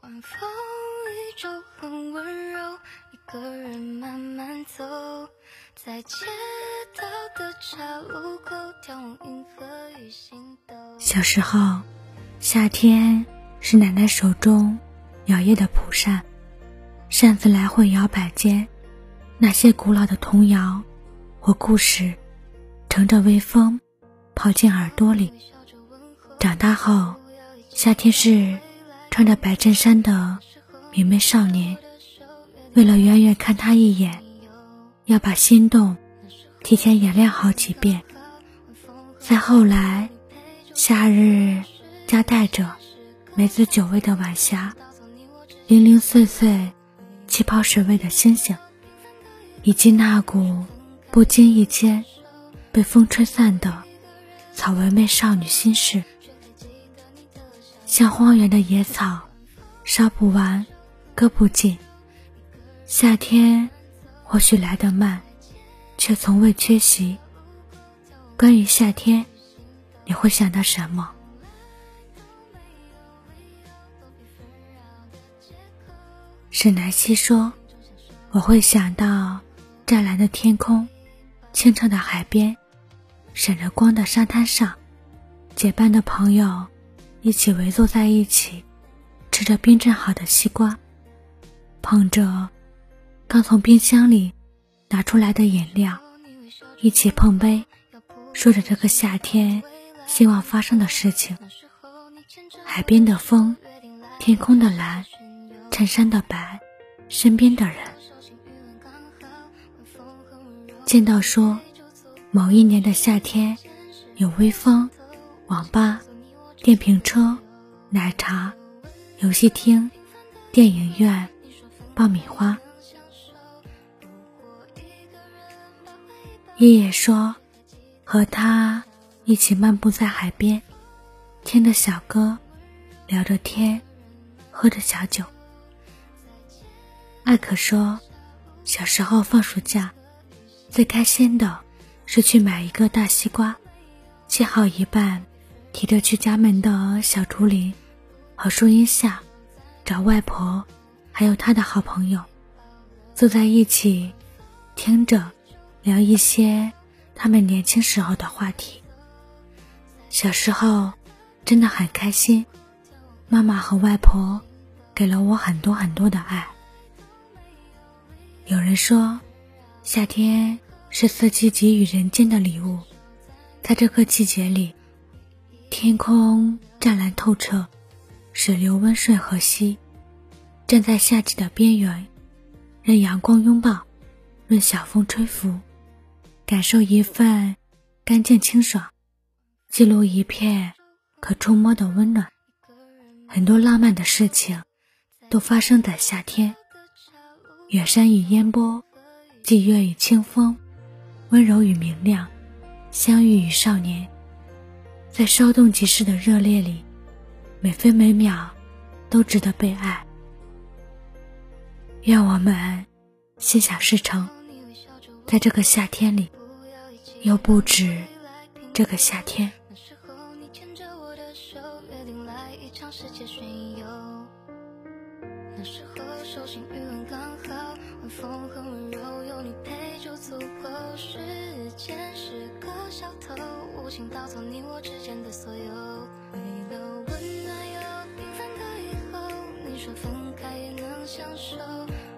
晚风依旧很温柔，一个人慢慢走，在街道的岔路口眺望银河与星斗。 小时候，夏天是奶奶手中摇曳的蒲扇，扇子来回摇摆间，那些古老的童谣或故事乘着微风跑进耳朵里。长大后，夏天是穿着白衬衫的明媚少年，为了远远看他一眼，要把心动提前演练好几遍。再后来，夏日夹带着梅子酒味的晚霞，零零碎碎气泡水味的星星，以及那股不经意间被风吹散的草唯美少女心事。像荒原的野草，烧不完，割不尽。夏天或许来得慢，却从未缺席。关于夏天，你会想到什么？沈南希说，我会想到湛蓝的天空，清澈的海边，闪着光的沙滩上，结伴的朋友一起围坐在一起，吃着冰镇好的西瓜，捧着刚从冰箱里拿出来的饮料，一起碰杯，说着这个夏天希望发生的事情。海边的风，天空的蓝，衬衫的白，身边的人。见到说，某一年的夏天，有微风、网吧、电瓶车、奶茶、游戏厅、电影院、爆米花。爷爷说，和他一起漫步在海边，听着小歌，聊着天，喝着小酒。艾可说，小时候放暑假，最开心的是去买一个大西瓜，切好一半，提着去家门的小竹林和树荫下，找外婆还有她的好朋友，坐在一起，听着聊一些他们年轻时候的话题。小时候真的很开心，妈妈和外婆给了我很多很多的爱。有人说，夏天是四季给予人间的礼物。在这个季节里，天空湛蓝透彻，水流温顺和煦。站在夏季的边缘，任阳光拥抱，任小风吹拂，感受一份干净清爽，记录一片可触摸的温暖。很多浪漫的事情都发生在夏天，远山与烟波，霁月与清风，温柔与明亮，相遇与少年。在稍纵即逝的热烈里，每分每秒都值得被爱。愿我们心想事成，在这个夏天里，又不止这个夏天。 那时候你牵着我的手，约定来一场世界巡游。那时候手心余温刚好，晚风很温柔，有你陪就足够。时间是个小偷，无情盗走你我之间的所有。为了温暖又平凡的以后，你说分开也能相守。